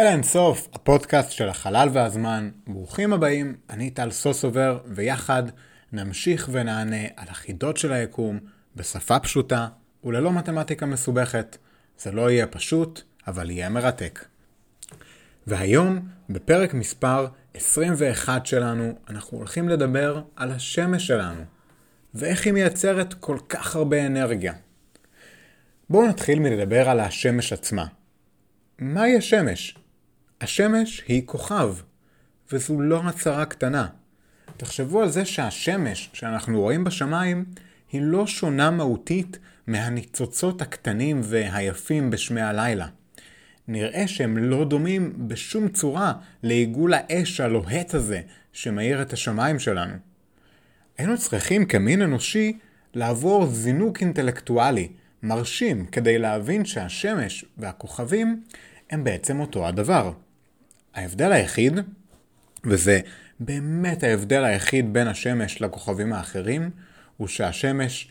אל אינסוף, הפודקאסט של החלל והזמן. ברוכים הבאים, אני טל סוסובר, ויחד נמשיך ונענה על החידות של היקום בשפה פשוטה וללא מתמטיקה מסובכת. זה לא יהיה פשוט, אבל יהיה מרתק. והיום, בפרק מספר 21 שלנו, אנחנו הולכים לדבר על השמש שלנו, ואיך היא מייצרת כל כך הרבה אנרגיה. בואו נתחיל מלדבר על השמש עצמה. מהי השמש? השמש היא כוכב, וזו לא הצהרה קטנה. תחשבו על זה שהשמש שאנחנו רואים בשמיים היא לא שונה מהותית מהניצוצות הקטנים והיפים בשמי הלילה. נראה שהם לא דומים בשום צורה לעיגול האש הלוהט הזה שמאיר את השמיים שלנו. היינו צריכים כמין אנושי לעבור זינוק אינטלקטואלי מרשים כדי להבין שהשמש והכוכבים הם בעצם אותו הדבר. ההבדל היחיד, וזה באמת ההבדל היחיד בין השמש לכוכבים האחרים, הוא שהשמש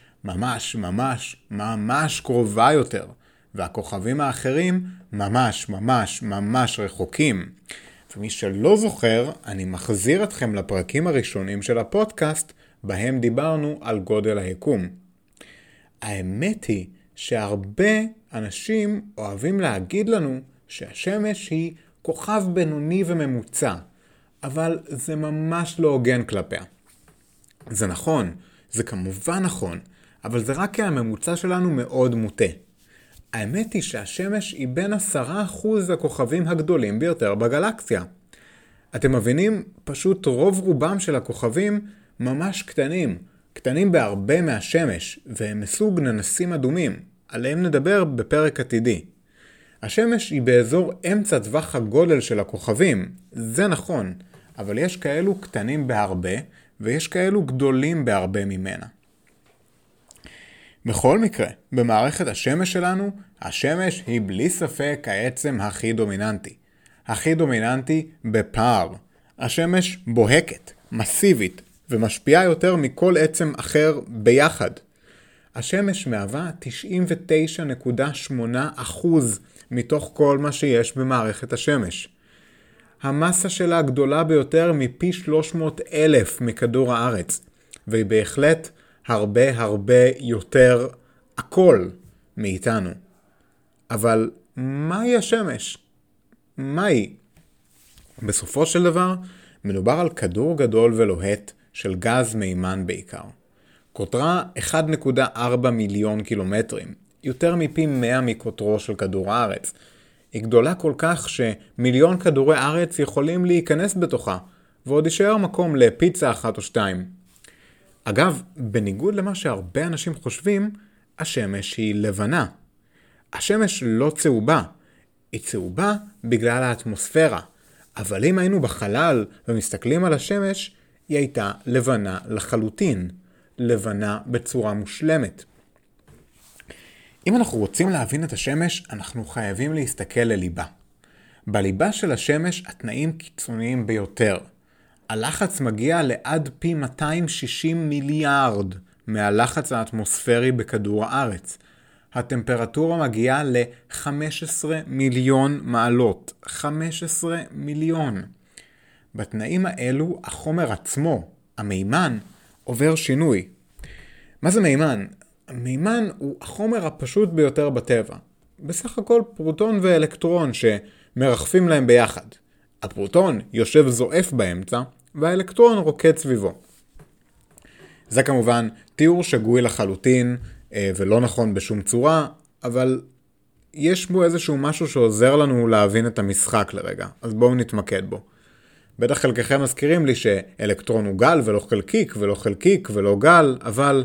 ממש קרובה יותר, והכוכבים האחרים ממש רחוקים. ומי שלא זוכר, אני מחזיר אתכם לפרקים הראשונים של הפודקאסט, בהם דיברנו על גודל היקום. האמת היא שהרבה אנשים אוהבים להגיד לנו שהשמש היא כוכב בינוני וממוצע, אבל זה ממש לא הוגן כלפיה. זה נכון, זה כמובן נכון, אבל זה רק כי הממוצע שלנו מאוד מוטה. האמת היא שהשמש היא בין 10% הכוכבים הגדולים ביותר בגלקסיה. אתם מבינים? פשוט רוב רובם של הכוכבים ממש קטנים בהרבה מהשמש, והם מסוג ננסים אדומים, עליהם נדבר בפרק עתידי. השמש היא באזור אמצע טווח הגודל של הכוכבים, זה נכון, אבל יש כאלו קטנים בהרבה, ויש כאלו גדולים בהרבה ממנה. בכל מקרה, במערכת השמש שלנו, השמש היא בלי ספק העצם הכי דומיננטי. הכי דומיננטי בפער. השמש בוהקת, מסיבית, ומשפיעה יותר מכל עצם אחר ביחד. השמש מהווה 99.8% מתוך כל מה שיש במערכת השמש. המסה שלה גדולה ביותר מפי 300,000 מכדור הארץ, והיא בהחלט הרבה יותר הכל מאיתנו. אבל מהי השמש? מהי? בסופו של דבר, מדובר על כדור גדול ולוהט של גז מימן בעיקר. קוטרה 1.4 מיליון קילומטרים, יותר מפי 100 מקוטרו של כדור הארץ. היא גדולה כל כך שמיליון כדורי ארץ יכולים להיכנס בתוכה, ועוד יישאר מקום לפיצה אחת או שתיים. אגב, בניגוד למה שהרבה אנשים חושבים, השמש היא לבנה. השמש לא צהובה, היא צהובה בגלל האטמוספירה, אבל אם היינו בחלל ומסתכלים על השמש, היא הייתה לבנה לחלוטין, לבנה בצורה מושלמת. אם אנחנו רוצים להבין את השמש, אנחנו חייבים להסתכל לליבה. בליבה של השמש התנאים קיצוניים ביותר. הלחץ מגיע לעד פי 260 מיליארד מהלחץ האטמוספרי בכדור הארץ. הטמפרטורה מגיעה ל-15 מיליון מעלות. 15 מיליון. בתנאים האלו החומר עצמו, המימן, עובר שינוי. מה זה מימן? מימן הוא החומר הפשוט ביותר בטבע. בסך הכל פרוטון ואלקטרון שמרחפים להם ביחד. הפרוטון יושב זועף באמצע, והאלקטרון רוקד סביבו. זה כמובן תיאור שגוי לחלוטין ולא נכון בשום צורה, אבל יש בו איזשהו משהו שעוזר לנו להבין את המשחק לרגע, אז בואו נתמקד בו. בטח חלקכם מזכירים לי שאלקטרון הוא גל ולא חלקיק, ולא חלקיק ולא גל, אבל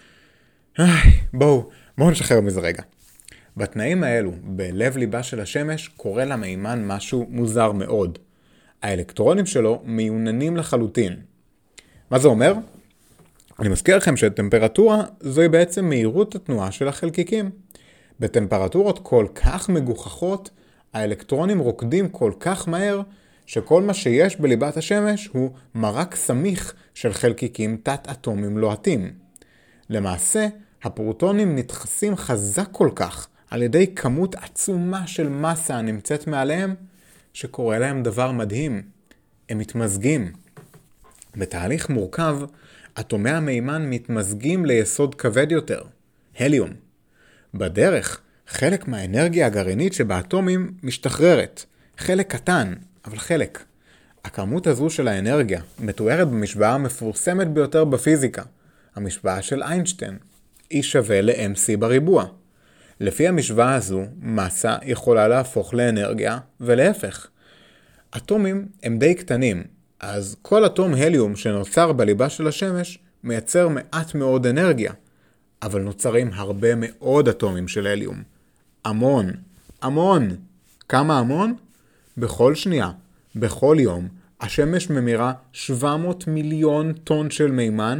בואו נשחרר מזה רגע. בתנאים האלו, בלב ליבה של השמש, קורה למימן משהו מוזר מאוד. האלקטרונים שלו מיוננים לחלוטין. מה זה אומר? אני מזכיר לכם שטמפרטורה זוהי בעצם מהירות התנועה של החלקיקים. בטמפרטורות כל כך מגוחכות, האלקטרונים רוקדים כל כך מהר, שכל מה שיש בליבת השמש הוא מרק סמיך של חלקיקים תת-אטומיים לוהטים. למעשה, הפרוטונים נדחסים חזק כל כך על ידי כמות עצומה של מסה הנמצאת מעליהם, שקורה להם דבר מדהים. הם מתמזגים. בתהליך מורכב, אטומי המימן מתמזגים ליסוד כבד יותר, הליום. בדרך, חלק מהאנרגיה הגרעינית שבאטומים משתחררת. חלק קטן, אבל חלק. הכמות הזו של האנרגיה מתוארת במשוואה המפורסמת ביותר בפיזיקה, המשוואה של איינשטיין. E שווה ל-mc בריבוע. לפי המשוואה הזו, מסה יכולה להפוך לאנרגיה ולהפך. אטומים הם די קטנים, אז כל אטום הליום שנוצר בליבה של השמש מייצר מעט מאוד אנרגיה, אבל נוצרים הרבה מאוד אטומים של הליום. המון, המון. כמה המון? בכל שנייה, בכל יום, השמש ממירה 700 מיליון טון של מימן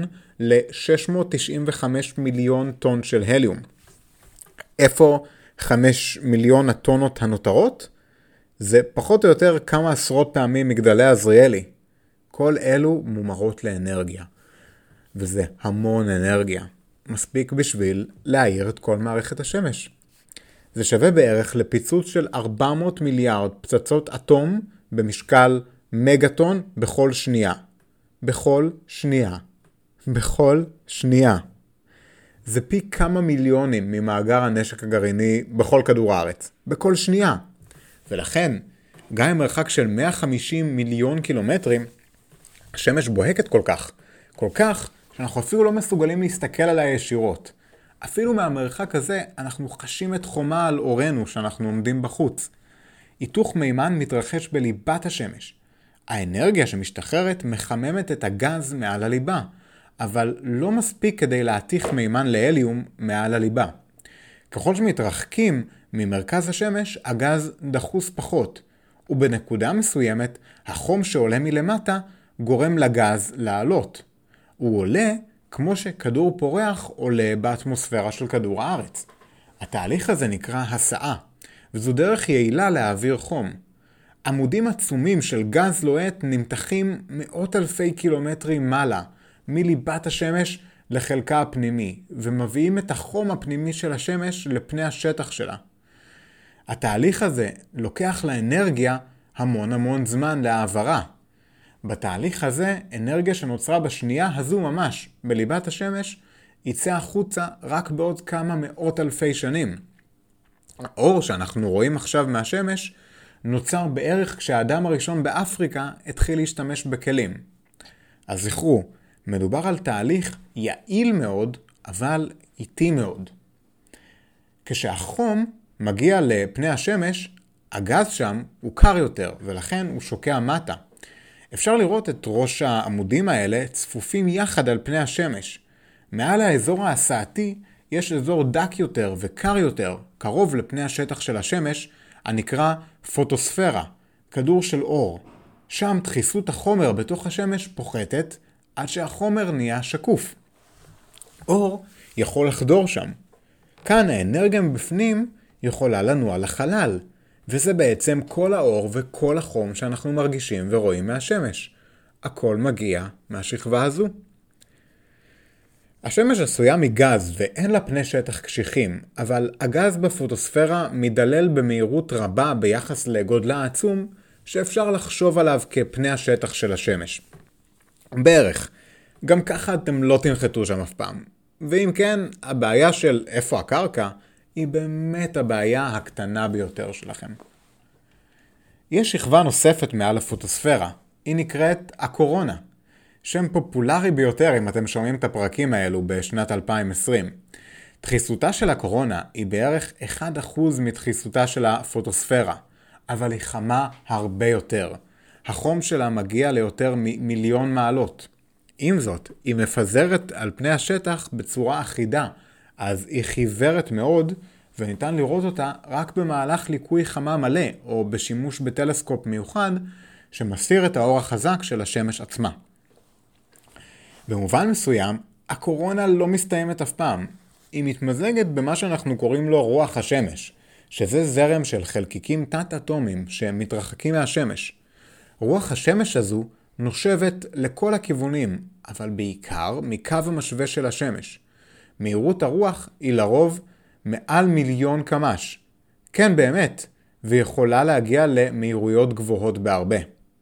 ל-695 מיליון טון של הליום. איפה 5 מיליון הטונות הנותרות? זה פחות או יותר כמה עשרות פעמים מגדלי עזריאלי. כל אלו מומרות לאנרגיה. וזה המון אנרגיה. מספיק בשביל להאיר את כל מערכת השמש. זה שווה בערך לפיצוץ של 400 מיליארד פצצות אטום במשקל מגטון בכל שנייה. בכל שנייה. בכל שנייה. זה פי כמה מיליונים ממאגר הנשק הגרעיני בכל כדור הארץ. בכל שנייה. ולכן, גם עם מרחק של 150 מיליון קילומטרים, השמש בוהקת כל כך שאנחנו אפילו לא מסוגלים להסתכל עליה ישירות. אפילו מהמרחק הזה אנחנו חשים את חומה על אורנו שאנחנו עומדים בחוץ. היתוך מימן מתרחש בליבת השמש. האנרגיה שמשתחררת מחממת את הגז מעל הליבה, אבל לא מספיק כדי להתיך מימן להליום מעל הליבה. ככל שמתרחקים ממרכז השמש, הגז דחוס פחות, ובנקודה מסוימת החום שעולה מלמטה גורם לגז לעלות. הוא עולה כמו שכדור פורח עולה באטמוספירה של כדור הארץ. התהליך הזה נקרא הסעה, וזו דרך יעילה להעביר חום. עמודים עצומים של גז לוהט נמתחים מאות אלפי קילומטרים מעלה, מליבת השמש לחלקה הפנימי, ומביאים את החום הפנימי של השמש לפני השטח שלה. התהליך הזה לוקח לאנרגיה המון זמן להעברה. בתהליך הזה, אנרגיה שנוצרה בשנייה הזו ממש, בליבת השמש, יצא החוצה רק בעוד כמה מאות אלפי שנים. האור שאנחנו רואים עכשיו מהשמש נוצר בערך כשהאדם הראשון באפריקה התחיל להשתמש בכלים. אז זכרו, מדובר על תהליך יעיל מאוד, אבל איטי מאוד. כשהחום מגיע לפני השמש, הגז שם הוא קר יותר, ולכן הוא שוקע מטה. אפשר לראות את ראש העמודים האלה צפופים יחד על פני השמש. מעל האזור ההסעתי יש אזור דק יותר וקר יותר, קרוב לפני השטח של השמש, הנקרא פוטוספירה, כדור של אור. שם דחיסות החומר בתוך השמש פוחתת, עד שהחומר נהיה שקוף. אור יכול לחדור שם. כאן האנרגיה מבפנים יכולה לנוע לחלל, וזה בעצם כל האור וכל החום שאנחנו מרגישים ורואים מהשמש. הכל מגיע מהשכבה הזו. השמש עשויה מגז ואין לה פני שטח קשיחים, אבל הגז בפוטוספירה מדלל במהירות רבה ביחס לגודלה העצום, שאפשר לחשוב עליו כפני השטח של השמש. בערך. גם ככה אתם לא תנחתו שם אף פעם. ואם כן, הבעיה של איפה הקרקע היא באמת הבעיה הקטנה ביותר שלכם. יש שכבה נוספת מעל הפוטוספירה. היא נקראת הקורונה. שם פופולרי ביותר אם אתם שומעים את הפרקים האלו בשנת 2020. דחיסותה של הקורונה היא בערך 1% מדחיסותה של הפוטוספירה, אבל היא חמה הרבה יותר. החום שלה מגיע ליותר ממיליון מעלות. עם זאת, היא מפזרת על פני השטח בצורה אחידה, אז היא חיוורת מאוד, וניתן לראות אותה רק במהלך ליקוי חמה מלא, או בשימוש בטלסקופ מיוחד, שמסיר את האור החזק של השמש עצמה. במובן מסוים, הקורונה לא מסתיימת אף פעם. היא מתמזגת במה שאנחנו קוראים לו רוח השמש, שזה זרם של חלקיקים תת-אטומיים שמתרחקים מהשמש. רוח השמש הזו נושבת לכל הכיוונים, אבל בעיקר מקו המשווה של השמש. מהירות הרוח היא לרוב מעל 1,000,000 קמ"ש. כן, באמת, ויכולה להגיע למהירויות גבוהות בהרבה.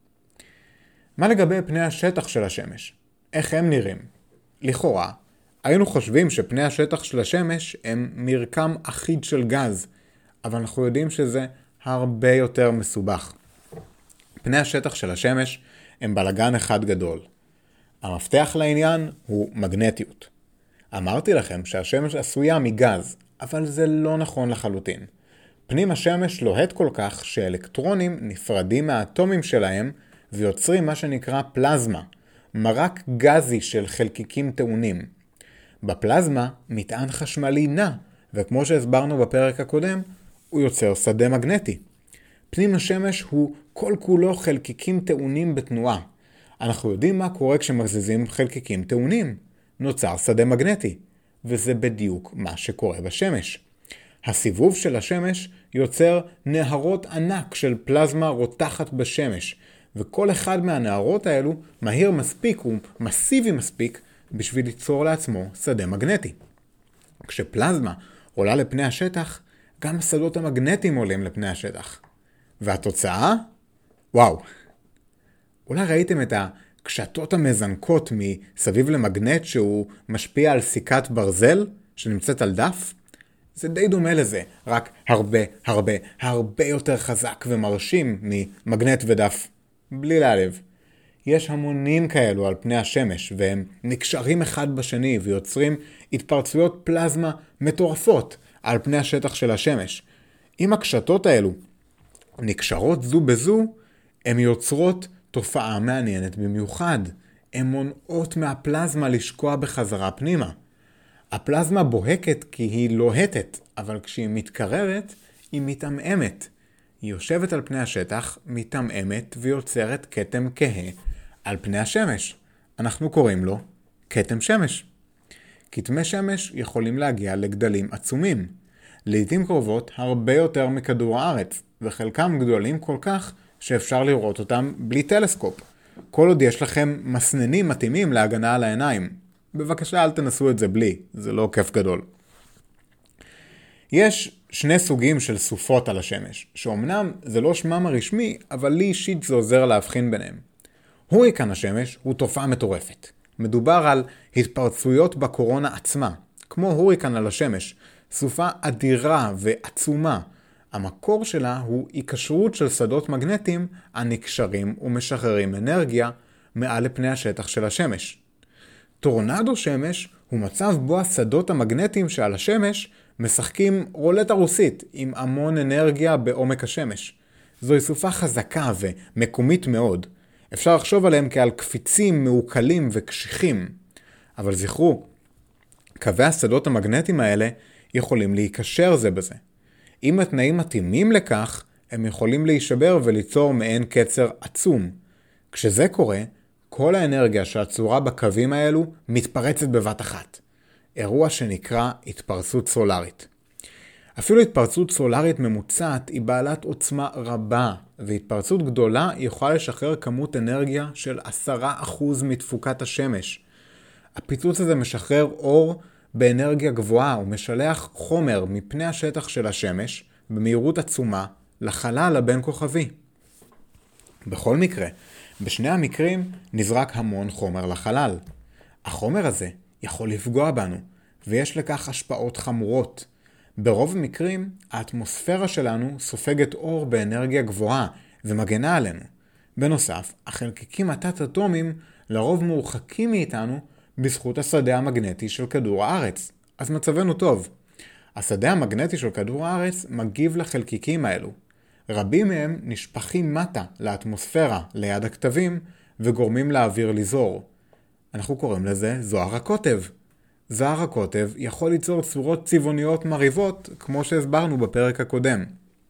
מה לגבי פני השטח של השמש? איך הם נראים? לכאורה, היינו חושבים שפני השטח של השמש הם מרקם אחיד של גז, אבל אנחנו יודעים שזה הרבה יותר מסובך. פני השטח של השמש הם בלגן אחד גדול. המפתח לעניין הוא מגנטיות. אמרתי לכם שהשמש עשויה מגז, אבל זה לא נכון לחלוטין. פנים השמש לוהט כל כך שאלקטרונים נפרדים מהאטומים שלהם ויוצרים מה שנקרא פלזמה, מרק גזי של חלקיקים טעונים. בפלזמה מטען חשמלי נע, וכמו שהסברנו בפרק הקודם, הוא יוצר שדה מגנטי. פנים השמש הוא כל כולו חלקיקים טעונים בתנועה. אנחנו יודעים מה קורה כשמזיזים חלקיקים טעונים. נוצר שדה מגנטי, וזה בדיוק מה שקורה בשמש. הסיבוב של השמש יוצר נהרות ענק של פלזמה רותחת בשמש, וכל אחד מהנהרות האלו מהיר מספיק ומסיבי מספיק בשביל ליצור לעצמו שדה מגנטי. כשפלזמה עולה לפני השטח, גם השדות המגנטיים עולים לפני השטח. והתוצאה? וואו. אולי ראיתם את הקשתות המזנקות מסביב למגנט שהוא משפיע על סיכת ברזל שנמצאת על דף? זה די דומה לזה, רק הרבה יותר חזק ומרשים ממגנט ודף. בלי להעליב. יש המונים כאלו על פני השמש, והם נקשרים אחד בשני ויוצרים התפרצויות פלזמה מטורפות על פני השטח של השמש. אם הקשתות האלו נקשרות זו בזו, הן יוצרות תופעה מעניינת במיוחד. הן מונעות מהפלזמה לשקוע בחזרה פנימה. הפלזמה בוהקת כי היא לוהטת, אבל כשהיא מתקררת, היא מתעמעמת. היא יושבת על פני השטח, מתעמעמת ויוצרת כתם כהה על פני השמש. אנחנו קוראים לו כתם שמש. כתמי שמש יכולים להגיע לגדלים עצומים. לעתים קרובות הרבה יותר מכדור הארץ, וחלקם גדולים כל כך שאפשר לראות אותם בלי טלסקופ. כל עוד יש לכם מסננים מתאימים להגנה על העיניים. בבקשה אל תנסו את זה בלי, זה לא כיף גדול. יש שני סוגים של סופות על השמש, שאומנם זה לא שמם הרשמי, אבל לי אישית זה עוזר להבחין ביניהם. הוריקן השמש הוא תופעה מטורפת. מדובר על התפרצויות בקורונה עצמה, כמו הוריקן על השמש, סופה אדירה ועצומה. המקור שלה הוא היקשרות של שדות מגנטיים הנקשרים ומשחררים אנרגיה מעל לפני השטח של השמש. טורנדו שמש הוא מצב בו השדות המגנטיים שעל השמש משחקים רולטה רוסית עם המון אנרגיה בעומק השמש. זוהי סופה חזקה ומקומית מאוד. אפשר לחשוב עליהם כעל קפיצים מעוקלים וקשיחים. אבל זכרו, קווי השדות המגנטיים האלה יכולים להיקשר זה בזה. אם התנאים מתאימים לכך, הם יכולים להישבר וליצור מעין קצר עצום. כשזה קורה, כל האנרגיה שעצורה בקווים האלו מתפרצת בבת אחת. אירוע שנקרא התפרצות סולרית. אפילו התפרצות סולרית ממוצעת היא בעלת עוצמה רבה, והתפרצות גדולה יכולה לשחרר כמות אנרגיה של 10% מתפוקת השמש. הפיצוץ הזה משחרר אור באנרגיה גבוהה ומשלח חומר מפני השטח של השמש במהירות עצומה לחלל הבין כוכבי. בכל מקרה, בשני המקרים נזרק המון חומר לחלל. החומר הזה יכול לפגוע בנו, ויש לכך השפעות חמורות. ברוב המקרים, האטמוספירה שלנו סופגת אור באנרגיה גבוהה ומגנה עלינו. בנוסף, החלקיקים התת-אטומיים לרוב מורחקים מאיתנו בזכות השדה המגנטי של כדור הארץ. אז מצבנו טוב. השדה המגנטי של כדור הארץ מגיב לחלקיקים האלו. רבים מהם נשפכים מטה לאטמוספירה ליד הכתבים וגורמים לאוויר לזור. אנחנו קוראים לזה זוהר הקוטב. זוהר הקוטב יכול ליצור צורות צבעוניות מריבות כמו שהסברנו בפרק הקודם.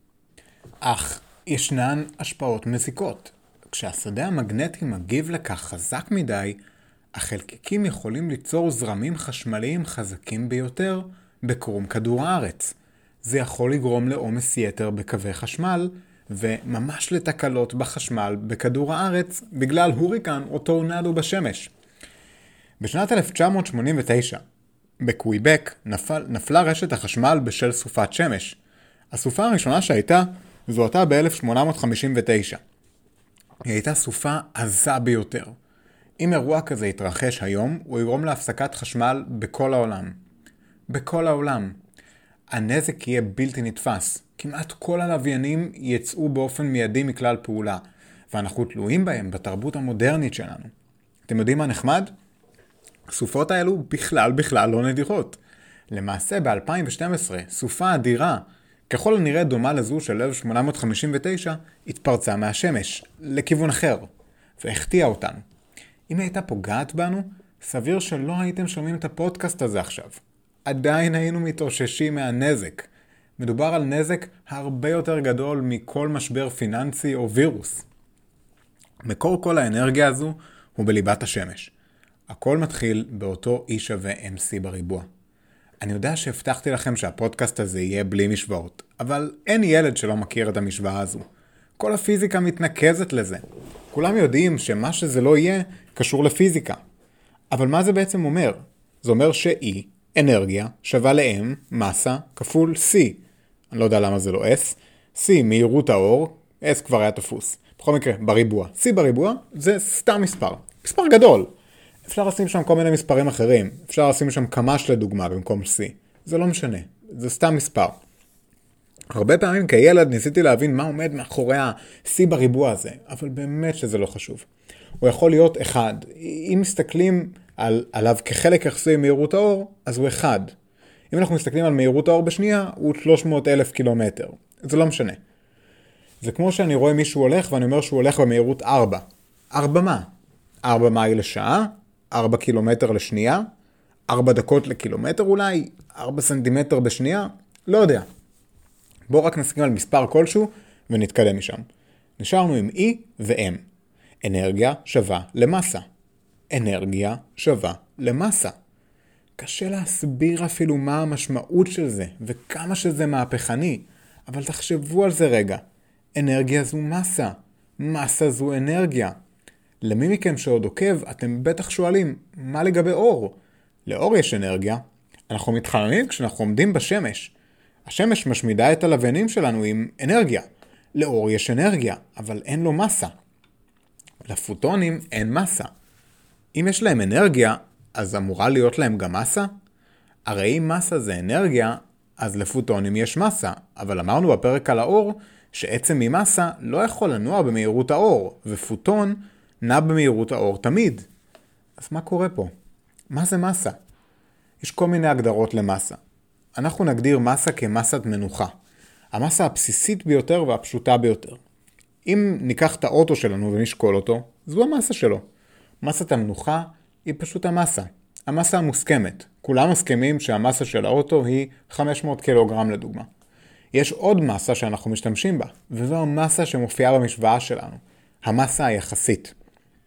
אך ישנן השפעות מזיקות. כשהשדה המגנטי מגיב לכך חזק מדי, החלקיקים יכולים ליצור זרמים חשמליים חזקים ביותר בקרום כדור הארץ. זה יכול לגרום לעומס יתר בקווי חשמל, וממש לתקלות בחשמל בכדור הארץ בגלל הוריקן או טורנדו בשמש. בשנת 1989, בקוויבק נפלה רשת החשמל בשל סופת שמש. הסופה הראשונה שהייתה זוהתה ב-1859. היא הייתה סופה עזה ביותר. אם אירוע כזה יתרחש היום, הוא יגרום להפסקת חשמל בכל העולם. בכל העולם. הנזק יהיה בלתי נתפס. כמעט כל הלוויינים יצאו באופן מיידי מכלל פעולה, ואנחנו תלויים בהם בתרבות המודרנית שלנו. אתם יודעים מה נחמד? הסופות האלו בכלל לא נדירות. למעשה ב-2012 סופה אדירה, ככל הנראה דומה לזו של 1859, התפרצה מהשמש, לכיוון אחר, והחטיאה אותנו. אם הייתה פוגעת בנו, סביר שלא הייתם שומעים את הפודקאסט הזה עכשיו. עדיין היינו מתאוששים מהנזק. מדובר על נזק הרבה יותר גדול מכל משבר פיננסי או וירוס. מקור כל האנרגיה הזו הוא בליבת השמש. הכל מתחיל באותו E שווה MC בריבוע. אני יודע שהבטחתי לכם שהפודקאסט הזה יהיה בלי משוואות, אבל אין ילד שלא מכיר את המשוואה הזו. כל הפיזיקה מתנקזת לזה. כולם יודעים שמה שזה לא יהיה קשור לפיזיקה. אבל מה זה בעצם אומר? זה אומר ש-E, אנרגיה, שווה ל-M, מסה, כפול C. אני לא יודע למה זה לא S. C, מהירות האור, S כבר היה תפוס. בכל מקרה, בריבוע. C בריבוע זה סתם מספר. מספר גדול. אפשר לשים שם כל מיני מספרים אחרים. אפשר לשים שם כמש לדוגמה במקום C. זה לא משנה. זה סתם מספר. הרבה פעמים כילד ניסיתי להבין מה עומד מאחורי ה-C בריבוע הזה, אבל באמת שזה לא חשוב. הוא יכול להיות 1. אם מסתכלים עליו כחלק יחסי מהירות האור, אז הוא 1. אם אנחנו מסתכלים על מהירות האור בשנייה, הוא 300,000 קילומטר. זה לא משנה. זה כמו שאני רואה מישהו הולך ואני אומר שהוא הולך במהירות 4. 4 מה? 4 מייל לשעה? 4 קילומטר לשנייה? 4 דקות לקילומטר אולי? 4 סנטימטר בשנייה? לא יודע. בואו רק נסכים על מספר כלשהו ונתקדם משם. נשארנו עם E ו-M. אנרגיה שווה למסה. אנרגיה שווה למסה. קשה להסביר אפילו מה המשמעות של זה וכמה שזה מהפכני, אבל תחשבו על זה רגע. אנרגיה זו מסה. מסה זו אנרגיה. למי מכם שעוד עוקב, אתם בטח שואלים, מה לגבי אור? לאור יש אנרגיה. אנחנו מתחממים כשאנחנו עומדים בשמש. השמש משמידה את הלוויינים שלנו עם אנרגיה. לאור יש אנרגיה, אבל אין לו מסה. לפוטונים אין מסה. אם יש להם אנרגיה, אז אמורה להיות להם גם מסה? הרי אם מסה זה אנרגיה, אז לפוטונים יש מסה, אבל אמרנו בפרק על האור, שעצם ממסה לא יכול לנוע במהירות האור, ופוטון נע במהירות האור תמיד. אז מה קורה פה? מה זה מסה? יש כל מיני הגדרות למסה. אנחנו נגדיר מסה כמסת מנוחה. המסה הבסיסית ביותר והפשוטה ביותר. אם ניקח את האוטו שלנו ונשקול אותו, זו המסה שלו. מסת המנוחה היא פשוט המסה. המסה המוסכמת. כולם מסכימים שהמסה של האוטו היא 500 קילוגרם לדוגמה. יש עוד מסה שאנחנו משתמשים בה, וזו המסה שמופיעה במשוואה שלנו. המסה היחסית.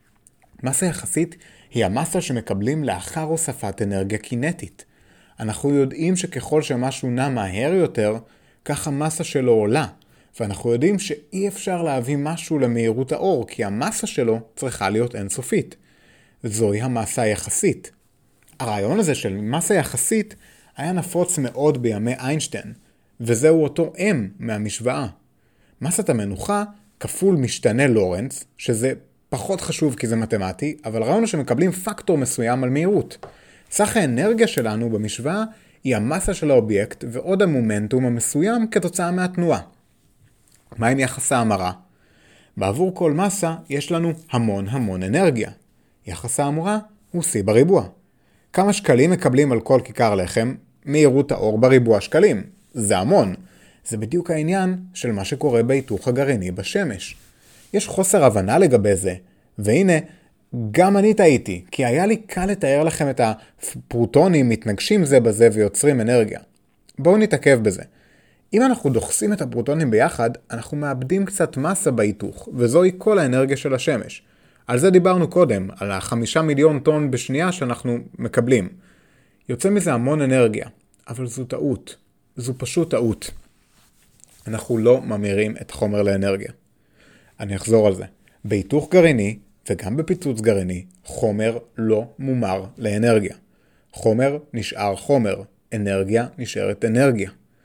מסה יחסית היא המסה שמקבלים לאחר הוספת אנרגיה קינטית. אנחנו יודעים שככל שמשהו נע מהר יותר, כך המסה שלו עולה, ואנחנו יודעים שאי אפשר להביא משהו למהירות האור, כי המסה שלו צריכה להיות אינסופית. זוהי המסה היחסית. הרעיון הזה של מסה יחסית היה נפוץ מאוד בימי איינשטיין, וזהו אותו M מהמשוואה. מסת המנוחה כפול משתנה לורנץ, שזה פחות חשוב כי זה מתמטי, אבל הרעיון הוא שמקבלים פקטור מסוים על מהירות. סך האנרגיה שלנו במשוואה היא המסה של האובייקט ועוד המומנטום המסוים כתוצאה מהתנועה. מה עם יחס ההמרה? בעבור כל מסה יש לנו המון אנרגיה. יחס ההמרה הוא C בריבוע. כמה שקלים מקבלים על כל כיכר לחם? מהירות האור בריבוע שקלים. זה המון. זה בדיוק העניין של מה שקורה בהיתוך הגרעיני בשמש. יש חוסר הבנה לגבי זה, והנה, גם אני טעיתי, כי היה לי קל לתאר לכם את הפרוטונים מתנגשים זה בזה ויוצרים אנרגיה. בואו נתעכב בזה. אם אנחנו דוחסים את הפרוטונים ביחד, אנחנו מאבדים קצת מסה בהיתוך, וזוהי כל האנרגיה של השמש. על זה דיברנו קודם, על 5 מיליון טון בשנייה שאנחנו מקבלים. יוצא מזה המון אנרגיה, אבל זו טעות. זו פשוט טעות. אנחנו לא ממירים את חומר לאנרגיה. אני אחזור על זה. בהיתוך גרעיני וגם בפיצוץ גרעיני, חומר לא מומר לאנרגיה. חומר נשאר חומר, אנרגיה נשארת אנרגיה.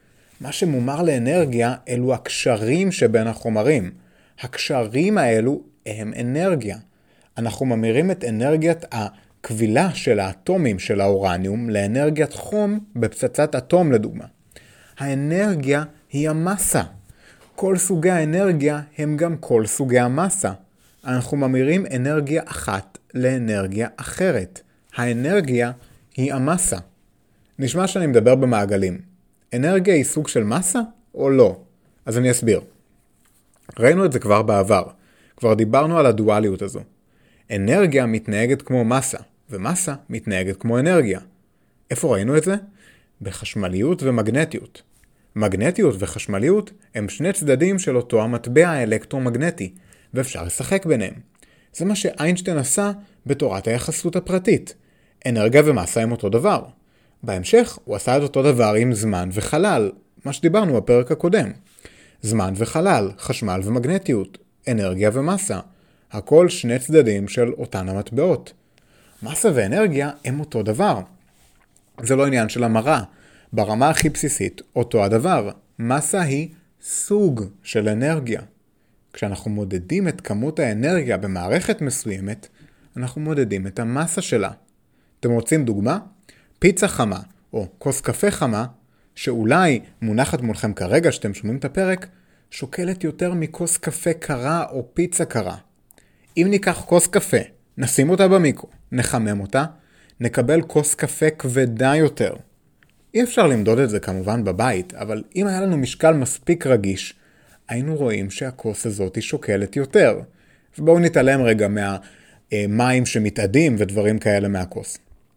מה שמומר לאנרגיה אלו הקשרים שבין החומרים. הקשרים האלו הם אנרגיה. אנחנו ממירים את אנרגיית הכבילה של האטומים של האורניום לאנרגיית חום בפצצת אטום לדוגמה. האנרגיה היא המסה. כל סוגי האנרגיה הם גם כל סוגי המסה. אנחנו ממירים אנרגיה אחת לאנרגיה אחרת. האנרגיה היא המסה. נשמע שאני מדבר במעגלים. אנרגיה היא סוג של מסה או לא? אז אני אסביר. ראינו את זה כבר בעבר. כבר דיברנו על הדואליות הזו. אנרגיה מתנהגת כמו מסה, ומסה מתנהגת כמו אנרגיה. איפה ראינו את זה? בחשמליות ומגנטיות. מגנטיות וחשמליות הם שני צדדים של אותו המטבע האלקטרומגנטי, ואפשר לשחק ביניהם. זה מה שאיינשטיין עשה בתורת היחסות הפרטית. אנרגיה ומסה הם אותו דבר. בהמשך הוא עשה את אותו דבר עם זמן וחלל, מה שדיברנו בפרק הקודם. זמן וחלל, חשמל ומגנטיות, אנרגיה ומסה. הכל שני צדדים של אותן המטבעות. מסה ואנרגיה הם אותו דבר. זה לא עניין של המרה. ברמה הכי בסיסית, אותו הדבר. מסה היא סוג של אנרגיה. כשאנחנו מודדים את כמות האנרגיה במערכת מסוימת, אנחנו מודדים את המסה שלה. אתם רוצים דוגמה? פיצה חמה או כוס קפה חמה, שאולי מונחת מולכם כרגע שאתם שומעים את הפרק, שוקלת יותר מכוס קפה קרה או פיצה קרה. אם ניקח כוס קפה, נשים אותה במיקרו, נחמם אותה, נקבל כוס קפה כבדה יותר. אי אפשר למדוד את זה כמובן בבית, אבל אם היה לנו משקל מספיק רגיש, היינו רואים שהכוס הזאת שוקלת יותר. ובואו נתעלם רגע מהמים שמתאדים ודברים כאלה מהכוס.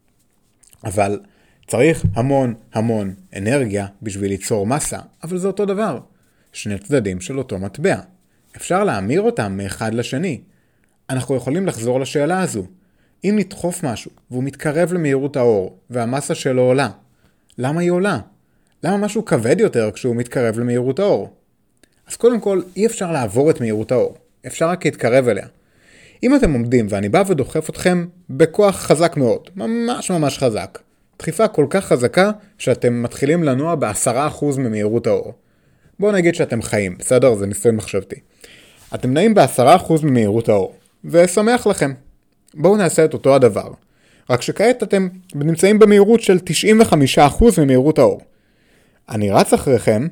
אבל צריך המון אנרגיה בשביל ליצור מסה, אבל זה אותו דבר. שני צדדים של אותו מטבע. אפשר להמיר אותם מאחד לשני. אנחנו יכולים לחזור לשאלה הזו. אם נדחוף משהו והוא מתקרב למהירות האור והמסה שלו עולה, למה היא עולה? למה משהו כבד יותר כשהוא מתקרב למהירות האור? אז קודם כל, אי אפשר לעבור את מהירות האור. אפשר רק להתקרב אליה. אם אתם עומדים ואני בא ודוחף אתכם בכוח חזק מאוד, ממש חזק, דחיפה כל כך חזקה שאתם מתחילים לנוע ב10% ממהירות האור. בואו נגיד שאתם חיים, בסדר? זה ניסוי מחשבתי. אתם נעים ב10% ממהירות האור, ושמח לכם. בואו נעשה את אותו הדבר. רק שכעת אתם נמצאים במהירות של 95% ממהירות האור. אני רץ אחריכם,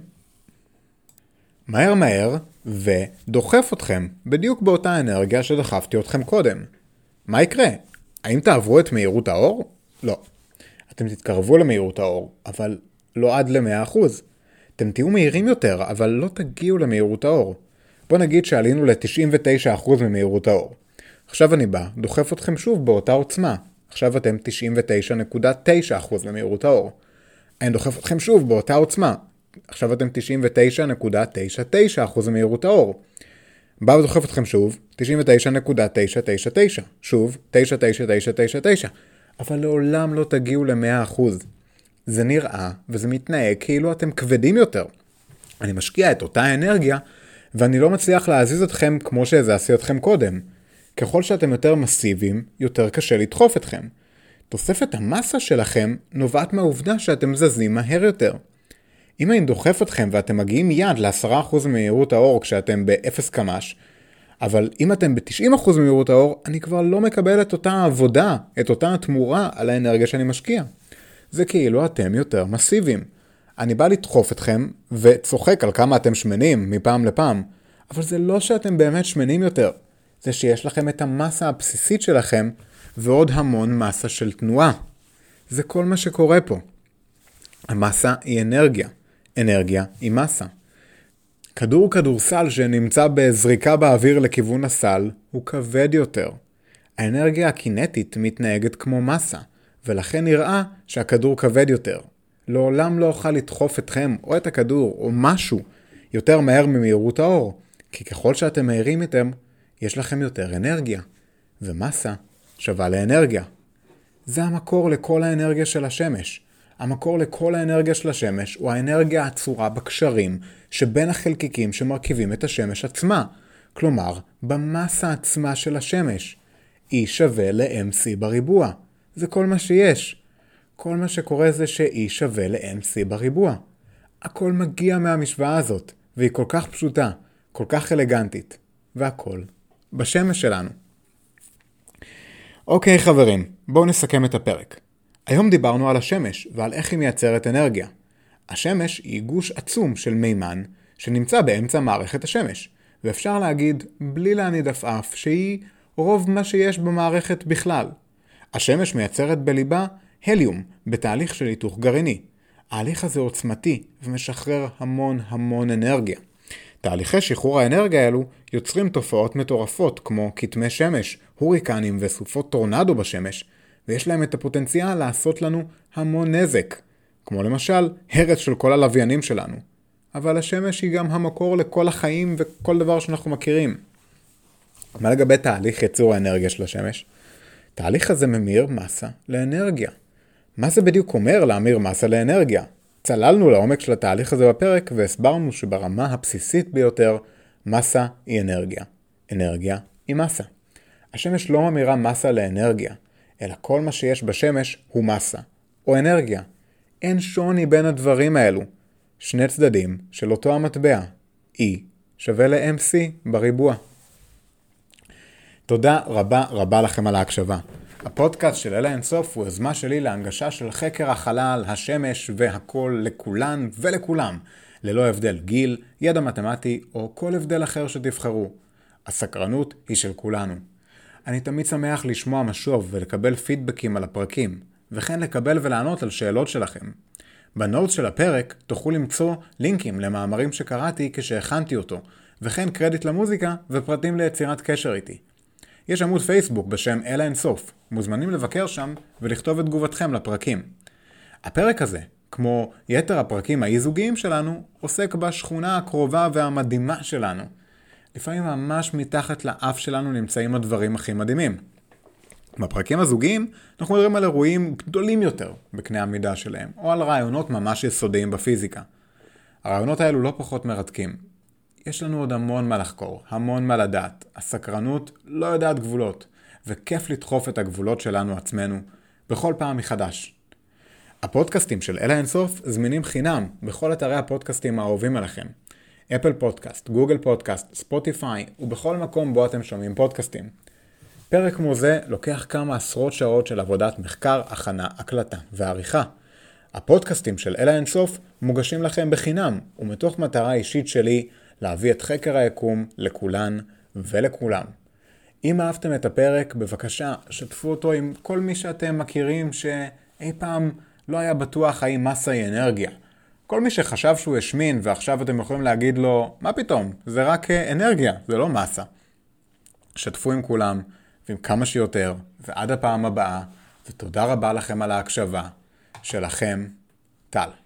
מהר, ודוחף אתכם בדיוק באותה אנרגיה שדחפתי אתכם קודם. מה יקרה? האם תעברו את מהירות האור? לא. אתם תתקרבו למהירות האור, אבל לא עד ל100%. אתם תהיו מהירים יותר, אבל לא תגיעו למהירות האור. בוא נגיד שעלינו ל-99% ממהירות האור. עכשיו אני בא, דוחף אתכם שוב באותה עוצמה. עכשיו אתם 99.9% ממהירות האור. אני דוחף אתכם שוב באותה עוצמה. עכשיו אתם 99.99% ממהירות האור. בא ודוחף אתכם שוב, 99.999. שוב, 99999. אבל לעולם לא תגיעו ל100%. זה נראה וזה מתנהג כאילו אתם כבדים יותר. אני משקיע את אותה אנרגיה, ואני לא מצליח להזיז אתכם כמו שהזזתי אתכם קודם. ככל שאתם יותר מסיביים, יותר קשה לדחוף אתכם. תוספת המסה שלכם נובעת מהעובדה שאתם זזים מהר יותר. אם אני דוחף אתכם ואתם מגיעים מיד ל10% ממהירות האור כשאתם ב-0 קמ"ש, אבל אם אתם ב-90% ממהירות האור, אני כבר לא מקבל את אותה עבודה, את אותה תמורה על האנרגיה שאני משקיע. זה כאילו אתם יותר מסיביים. אני בא לדחוף אתכם וצוחק על כמה אתם שמנים מפעם לפעם, אבל זה לא שאתם באמת שמנים יותר. זה שיש לכם את המסה הבסיסית שלכם ועוד המון מסה של תנועה. זה כל מה שקורה פה. המסה היא אנרגיה. אנרגיה היא מסה. כדורסל שנמצא בזריקה באוויר לכיוון הסל הוא כבד יותר. האנרגיה הקינטית מתנהגת כמו מסה, ולכן נראה שהכדור כבד יותר. לעולם לא אוכל לדחוף אתכם או את הכדור או משהו יותר מהר ממהירות האור, כי ככל שאתם מהירים איתם, יש לכם יותר אנרגיה, ומסה שווה לאנרגיה. זה המקור לכל האנרגיה של השמש. המקור לכל האנרגיה של השמש הוא האנרגיה הצורה בקשרים שבין החלקיקים שמרכיבים את השמש עצמה. כלומר, במסה עצמה של השמש. E שווה ל-MC בריבוע. זה כל מה שיש. כל מה שקורה זה ש-E שווה ל-MC בריבוע. הכל מגיע מהמשוואה הזאת, והיא כל כך פשוטה, כל כך אלגנטית, והכל בשמש שלנו. אוקיי חברים, בואו נסכם את הפרק. היום דיברנו על השמש ועל איך היא מייצרת אנרגיה. השמש היא גוש עצום של מימן שנמצא באמצע מערכת השמש, ואפשר להגיד בלי להניד עפעף שהיא רוב מה שיש במערכת בכלל. השמש מייצרת בליבה הליום בתהליך של היתוך גרעיני. ההליך הזה עוצמתי ומשחרר המון אנרגיה. תהליכי שחרור האנרגיה האלו יוצרים תופעות מטורפות כמו כתמי שמש, הוריקנים וסופות טורנדו בשמש, ויש להם את הפוטנציאל לעשות לנו המון נזק, כמו למשל הרס של כל הלוויינים שלנו. אבל השמש היא גם המקור לכל החיים וכל דבר שאנחנו מכירים. מה לגבי תהליך ייצור האנרגיה של השמש? תהליך הזה ממיר מסה לאנרגיה. מה זה בדיוק אומר להמיר מסה לאנרגיה? צללנו לעומק של התהליך הזה בפרק והסברנו שברמה הבסיסית ביותר מסה היא אנרגיה. אנרגיה היא מסה. השמש לא ממירה מסה לאנרגיה, אלא כל מה שיש בשמש הוא מסה, או אנרגיה. אין שוני בין הדברים האלו. שני צדדים של אותו המטבע. E שווה ל-MC בריבוע. תודה רבה לכם על ההקשבה. הפודקאסט של אלה אינסוף הוא יוזמה שלי להנגשה של חקר החלל, השמש והכל לכולן ולכולם, ללא הבדל גיל, ידע מתמטי או כל הבדל אחר שתבחרו. הסקרנות היא של כולנו. אני תמיד שמח לשמוע משוב ולקבל פידבקים על הפרקים, וכן לקבל ולענות על שאלות שלכם. בנוטס של הפרק תוכלו למצוא לינקים למאמרים שקראתי כשהכנתי אותו, וכן קרדיט למוזיקה ופרטים ליצירת קשר איתי. יש עמוד פייסבוק בשם אלה אינסוף, מוזמנים לבקר שם ולכתוב את תגובתכם לפרקים. הפרק הזה, כמו יתר הפרקים האי-זוגיים שלנו, עוסק בשכונה הקרובה והמדהימה שלנו. לפעמים ממש מתחת לאף שלנו נמצאים הדברים הכי מדהימים. בפרקים הזוגיים אנחנו מדברים על אירועים גדולים יותר בקנה המידה שלהם, או על רעיונות ממש יסודיים בפיזיקה. הרעיונות האלו לא פחות מרתקים. יש לנו עוד המון מה לחקור, המון מה לדעת. הסקרנות לא יודעת גבולות, וכיף לדחוף את הגבולות שלנו עצמנו בכל פעם מחדש. הפודקאסטים של אלה אינסוף זמינים חינם בכל אתרי הפודקאסטים האהובים עליכם. אפל פודקאסט, גוגל פודקאסט, ספוטיפיי ובכל מקום בו אתם שומעים פודקאסטים. פרק כמו זה לוקח כמה עשרות שעות של עבודת מחקר, הכנה, הקלטה ועריכה. הפודקאסטים של אלה אינסוף מוגשים לכם בחינם, ומתוך מטרה אישית שלי להביא את חקר היקום לכולן ולכולם. אם אהבתם את הפרק, בבקשה, שתפו אותו עם כל מי שאתם מכירים שאי פעם לא היה בטוח האם מסה היא אנרגיה. כל מי שחשב שהוא השמין ועכשיו אתם יכולים להגיד לו, מה פתאום? זה רק אנרגיה, זה לא מסה. שתפו עם כולם ועם כמה שיותר, ועד הפעם הבאה, ותודה רבה לכם על ההקשבה. שלכם, טל.